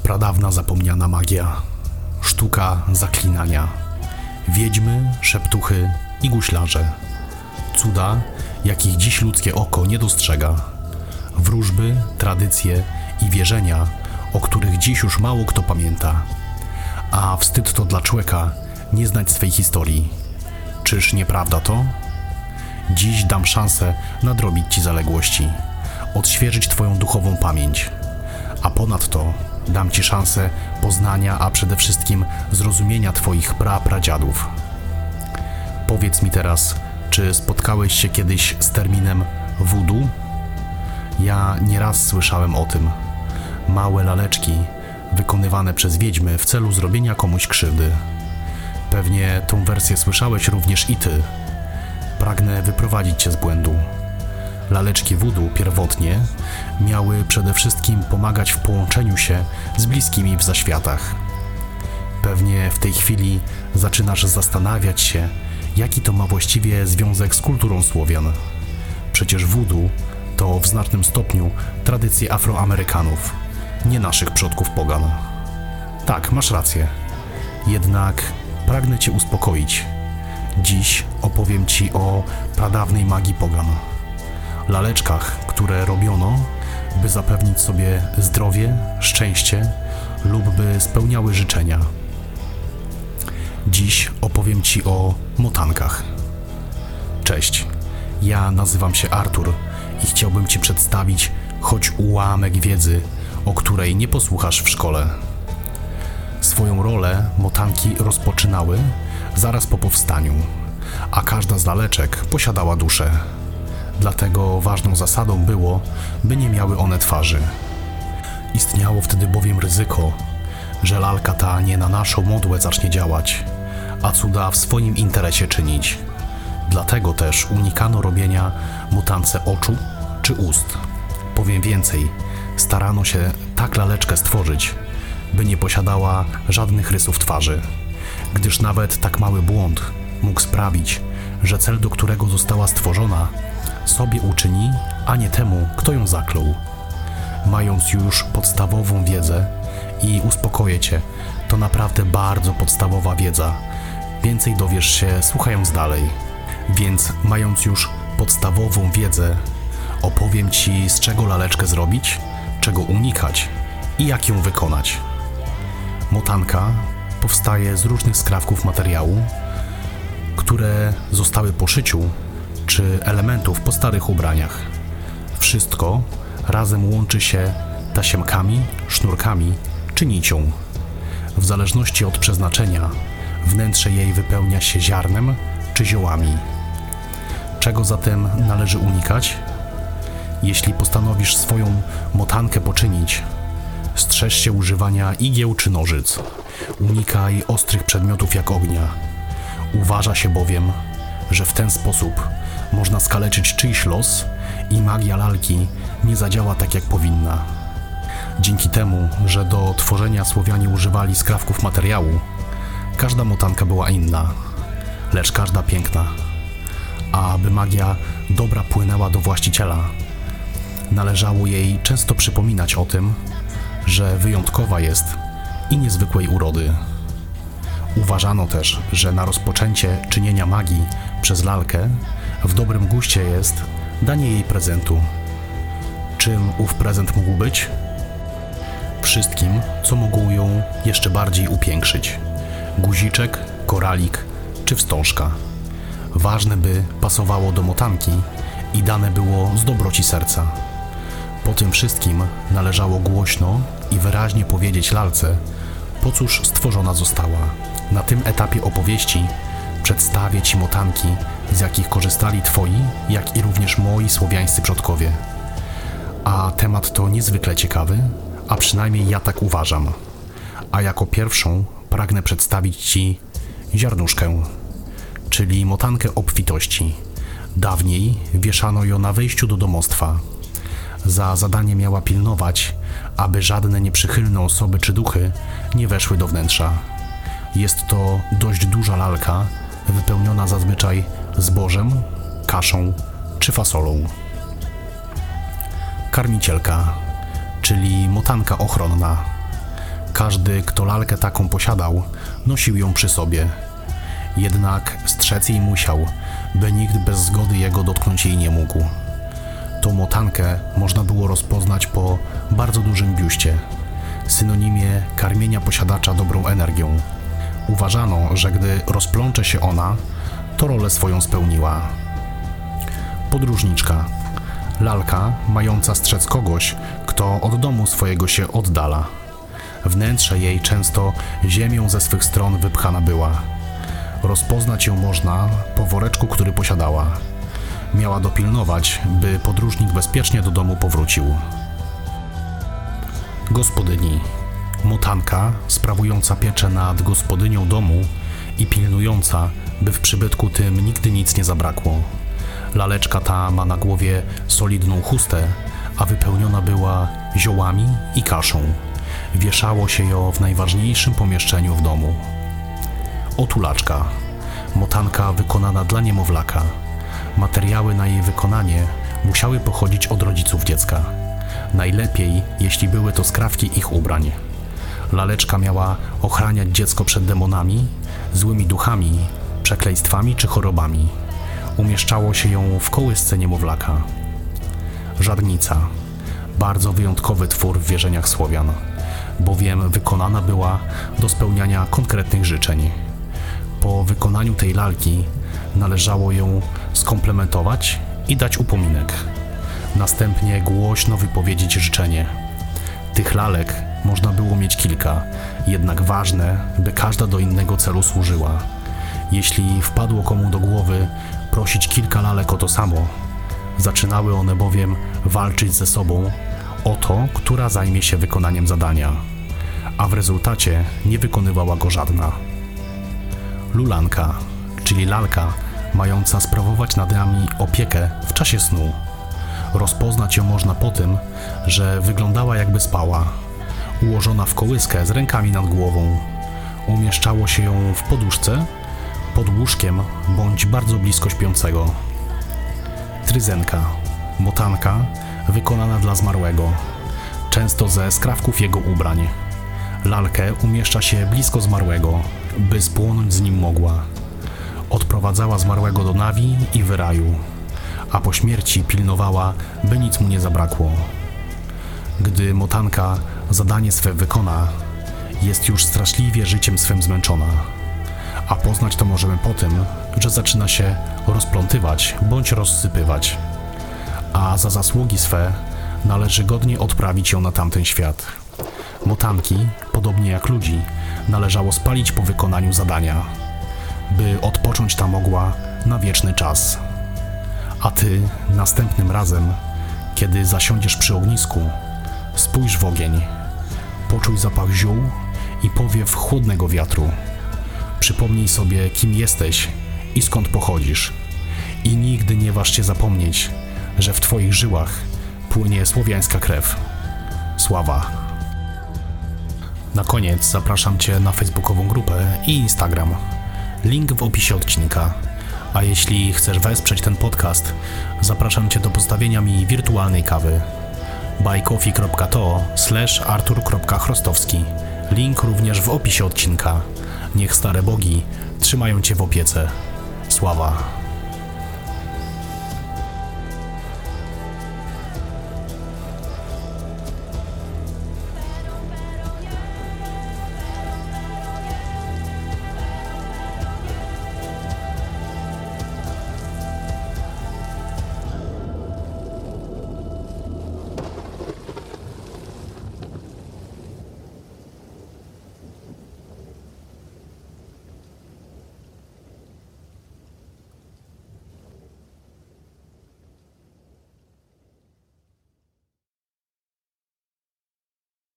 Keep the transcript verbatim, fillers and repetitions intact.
Pradawna zapomniana magia, sztuka zaklinania, wiedźmy, szeptuchy i guślarze, cuda, jakich dziś ludzkie oko nie dostrzega, wróżby, tradycje i wierzenia, o których dziś już mało kto pamięta, a wstyd to dla człowieka nie znać swej historii. Czyż nieprawda to? Dziś dam szansę nadrobić ci zaległości, odświeżyć twoją duchową pamięć, a ponadto dam ci szansę poznania, a przede wszystkim zrozumienia twoich prapradziadów. Powiedz mi teraz, czy spotkałeś się kiedyś z terminem voodoo? Ja nieraz słyszałem o tym. Małe laleczki wykonywane przez wiedźmy w celu zrobienia komuś krzywdy. Pewnie tą wersję słyszałeś również i ty. Pragnę wyprowadzić cię z błędu. Laleczki voodoo pierwotnie miały przede wszystkim pomagać w połączeniu się z bliskimi w zaświatach. Pewnie w tej chwili zaczynasz zastanawiać się, jaki to ma właściwie związek z kulturą Słowian. Przecież voodoo to w znacznym stopniu tradycje Afroamerykanów, nie naszych przodków pogan. Tak, masz rację. Jednak pragnę cię uspokoić. Dziś opowiem ci o pradawnej magii pogan. Laleczkach, które robiono, by zapewnić sobie zdrowie, szczęście lub by spełniały życzenia. Dziś opowiem ci o motankach. Cześć, ja nazywam się Artur i chciałbym ci przedstawić choć ułamek wiedzy, o której nie posłuchasz w szkole. Swoją rolę motanki rozpoczynały zaraz po powstaniu, a każda z laleczek posiadała duszę. Dlatego ważną zasadą było, by nie miały one twarzy. Istniało wtedy bowiem ryzyko, że lalka ta nie na naszą modłę zacznie działać, a cuda w swoim interesie czynić. Dlatego też unikano robienia mutance oczu czy ust. Powiem więcej, starano się tak laleczkę stworzyć, by nie posiadała żadnych rysów twarzy, gdyż nawet tak mały błąd mógł sprawić, że cel, do którego została stworzona, sobie uczyni, a nie temu, kto ją zaklął. Mając już podstawową wiedzę, i uspokoję cię, to naprawdę bardzo podstawowa wiedza. Więcej dowiesz się słuchając dalej. Więc mając już podstawową wiedzę, opowiem ci, z czego laleczkę zrobić, czego unikać i jak ją wykonać. Motanka powstaje z różnych skrawków materiału, które zostały po szyciu, czy elementów po starych ubraniach. Wszystko razem łączy się tasiemkami, sznurkami czy nicią. W zależności od przeznaczenia wnętrze jej wypełnia się ziarnem czy ziołami. Czego zatem należy unikać? Jeśli postanowisz swoją motankę poczynić, strzeż się używania igieł czy nożyc. Unikaj ostrych przedmiotów jak ognia. Uważa się bowiem, że w ten sposób można skaleczyć czyjś los i magia lalki nie zadziała tak jak powinna. Dzięki temu, że do tworzenia Słowianie używali skrawków materiału, każda motanka była inna, lecz każda piękna. A aby magia dobra płynęła do właściciela, należało jej często przypominać o tym, że wyjątkowa jest i niezwykłej urody. Uważano też, że na rozpoczęcie czynienia magii przez lalkę w dobrym guście jest danie jej prezentu. Czym ów prezent mógł być? Wszystkim, co mogło ją jeszcze bardziej upiększyć. Guziczek, koralik czy wstążka. Ważne, by pasowało do motanki i dane było z dobroci serca. Po tym wszystkim należało głośno i wyraźnie powiedzieć lalce, po cóż stworzona została. Na tym etapie opowieści przedstawię ci motanki, z jakich korzystali twoi, jak i również moi słowiańscy przodkowie. A temat to niezwykle ciekawy, a przynajmniej ja tak uważam. A jako pierwszą pragnę przedstawić ci ziarnuszkę, czyli motankę obfitości. Dawniej wieszano ją na wejściu do domostwa. Za zadanie miała pilnować, aby żadne nieprzychylne osoby czy duchy nie weszły do wnętrza. Jest to dość duża lalka, wypełniona zazwyczaj zbożem, kaszą czy fasolą. Karmicielka, czyli motanka ochronna. Każdy, kto lalkę taką posiadał, nosił ją przy sobie. Jednak strzec jej musiał, by nikt bez zgody jego dotknąć jej nie mógł. Tą motankę można było rozpoznać po bardzo dużym biuście, synonimie karmienia posiadacza dobrą energią. Uważano, że gdy rozplącze się ona, to rolę swoją spełniła. Podróżniczka. Lalka mająca strzec kogoś, kto od domu swojego się oddala. Wnętrze jej często ziemią ze swych stron wypchana była. Rozpoznać ją można po woreczku, który posiadała. Miała dopilnować, by podróżnik bezpiecznie do domu powrócił. Gospodyni. Motanka sprawująca pieczę nad gospodynią domu i pilnująca, by w przybytku tym nigdy nic nie zabrakło. Laleczka ta ma na głowie solidną chustę, a wypełniona była ziołami i kaszą. Wieszało się ją w najważniejszym pomieszczeniu w domu. Otulaczka. Motanka wykonana dla niemowlaka. Materiały na jej wykonanie musiały pochodzić od rodziców dziecka. Najlepiej, jeśli były to skrawki ich ubrań. Laleczka miała ochraniać dziecko przed demonami, złymi duchami, przekleństwami czy chorobami. Umieszczało się ją w kołysce niemowlaka. Żarnica. Bardzo wyjątkowy twór w wierzeniach Słowian, bowiem wykonana była do spełniania konkretnych życzeń. Po wykonaniu tej lalki należało ją skomplementować i dać upominek. Następnie głośno wypowiedzieć życzenie. Tych lalek można było mieć kilka, jednak ważne, by każda do innego celu służyła. Jeśli wpadło komu do głowy prosić kilka lalek o to samo, zaczynały one bowiem walczyć ze sobą o to, która zajmie się wykonaniem zadania, a w rezultacie nie wykonywała go żadna. Lulanka, czyli lalka mająca sprawować nad nami opiekę w czasie snu. Rozpoznać ją można po tym, że wyglądała jakby spała, ułożona w kołyskę z rękami nad głową. Umieszczało się ją w poduszce, pod łóżkiem bądź bardzo blisko śpiącego. Tryzenka, motanka wykonana dla zmarłego, często ze skrawków jego ubrań. Lalkę umieszcza się blisko zmarłego, by spłonąć z nim mogła. Odprowadzała zmarłego do nawi i wyraju, a po śmierci pilnowała, by nic mu nie zabrakło. Gdy motanka zadanie swe wykona, jest już straszliwie życiem swym zmęczona, a poznać to możemy po tym, że zaczyna się rozplątywać bądź rozsypywać, a za zasługi swe należy godnie odprawić ją na tamten świat. Motanki, podobnie jak ludzi, należało spalić po wykonaniu zadania, by odpocząć ta mogła na wieczny czas. A ty następnym razem, kiedy zasiądziesz przy ognisku, spójrz w ogień, poczuj zapach ziół i powiew chłodnego wiatru. Przypomnij sobie, kim jesteś i skąd pochodzisz. I nigdy nie waż się zapomnieć, że w twoich żyłach płynie słowiańska krew. Sława. Na koniec zapraszam cię na facebookową grupę i Instagram. Link w opisie odcinka. A jeśli chcesz wesprzeć ten podcast, zapraszam cię do postawienia mi wirtualnej kawy. buycoffee kropka to slash artur kropka chrostowski. Link również w opisie odcinka. Niech stare bogi trzymają cię w opiece. Sława.